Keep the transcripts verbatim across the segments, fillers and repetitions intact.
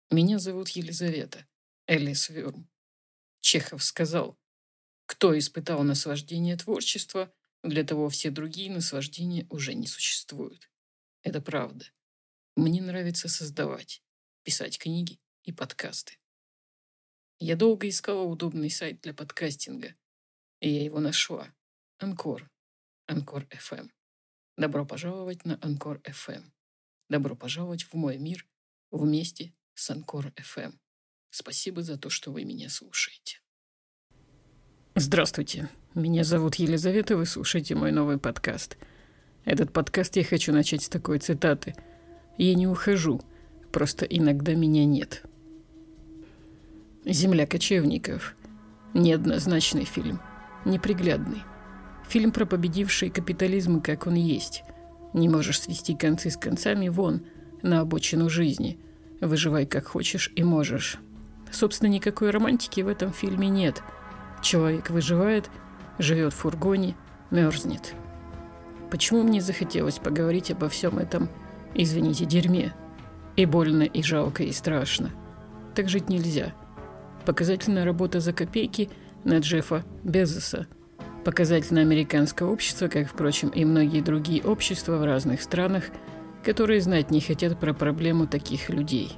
Меня зовут Елизавета, Элис Вюрм. Чехов сказал: кто испытал наслаждение творчества, для того все другие наслаждения уже не существуют. Это правда. Мне нравится создавать, писать книги и подкасты. Я долго искала удобный сайт для подкастинга, и я его нашла. Анкор. Анкор эф эм. Добро пожаловать на Анкор эф эм. Добро пожаловать в мой мир вместе с Анкор эф эм. Спасибо за то, что вы меня слушаете. Здравствуйте. Меня зовут Елизавета, вы слушаете мой новый подкаст. Этот подкаст я хочу начать с такой цитаты. Я не ухожу, просто иногда меня нет. «Земля кочевников». Неоднозначный фильм. Неприглядный. Фильм про победивший капитализм, как он есть. Не можешь свести концы с концами, вон, на обочину жизни. Выживай как хочешь и можешь. Собственно, никакой романтики в этом фильме нет. Человек выживает, живет в фургоне, мерзнет. Почему мне захотелось поговорить обо всем этом, извините, дерьме? И больно, и жалко, и страшно. Так жить нельзя. Показательная работа за копейки на Джеффа Безоса. Показательное американское общество, как, впрочем, и многие другие общества в разных странах, которые знать не хотят про проблему таких людей.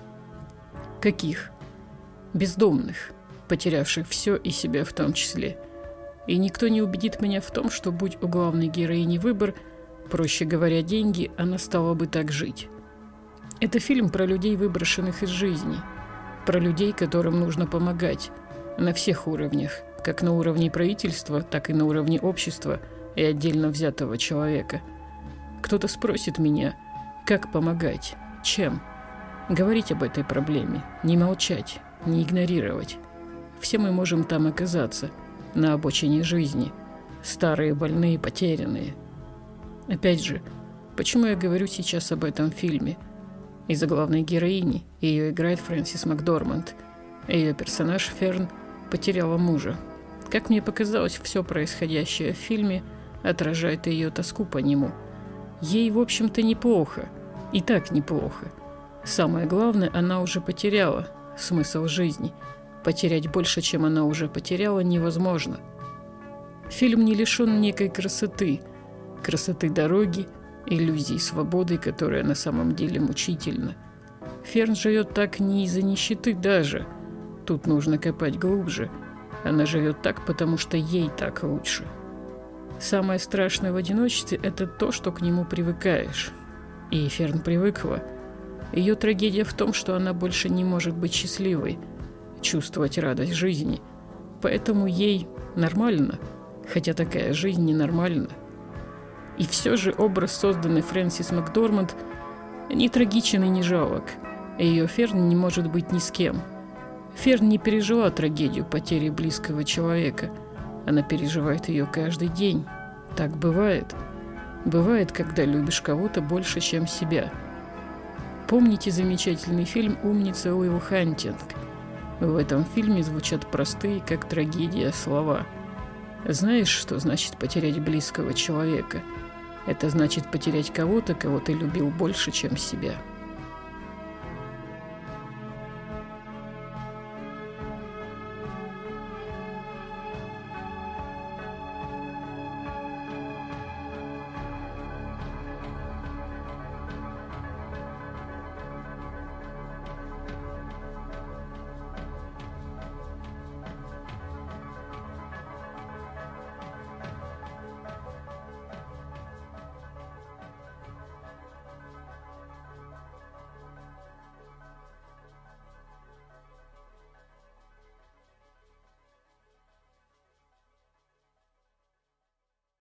Каких? Бездомных, потерявших все и себя в том числе. И никто не убедит меня в том, что, будь у главной героини выбор, проще говоря, деньги, она стала бы так жить. Это фильм про людей, выброшенных из жизни, про людей, которым нужно помогать на всех уровнях, как на уровне правительства, так и на уровне общества и отдельно взятого человека. Кто-то спросит меня, как помогать, чем? Говорить об этой проблеме, не молчать, не игнорировать. Все мы можем там оказаться, на обочине жизни, старые, больные, потерянные. Опять же, почему я говорю сейчас об этом фильме? Из-за главной героини, ее играет Фрэнсис Макдорманд. Ее персонаж Ферн потеряла мужа. Как мне показалось, все происходящее в фильме отражает ее тоску по нему. Ей, в общем-то, неплохо. И так неплохо. Самое главное, она уже потеряла смысл жизни. Потерять больше, чем она уже потеряла, невозможно. Фильм не лишен некой красоты. Красоты дороги, иллюзии свободы, которая на самом деле мучительна. Ферн живет так не из-за нищеты даже. Тут нужно копать глубже. Она живет так, потому что ей так лучше. Самое страшное в одиночестве – это то, что к нему привыкаешь. И Ферн привыкла. Ее трагедия в том, что она больше не может быть счастливой, чувствовать радость жизни. Поэтому ей нормально, хотя такая жизнь ненормальна. И все же образ, созданный Фрэнсис Макдорманд, не трагичен и не жалок. Ее Ферн не может быть ни с кем. Ферн не пережила трагедию потери близкого человека. Она переживает ее каждый день. Так бывает. Бывает, когда любишь кого-то больше, чем себя. Помните замечательный фильм «Умница Уилл Хантинг»? В этом фильме звучат простые, как трагедия, слова. Знаешь, что значит потерять близкого человека? Это значит потерять кого-то, кого ты любил больше, чем себя.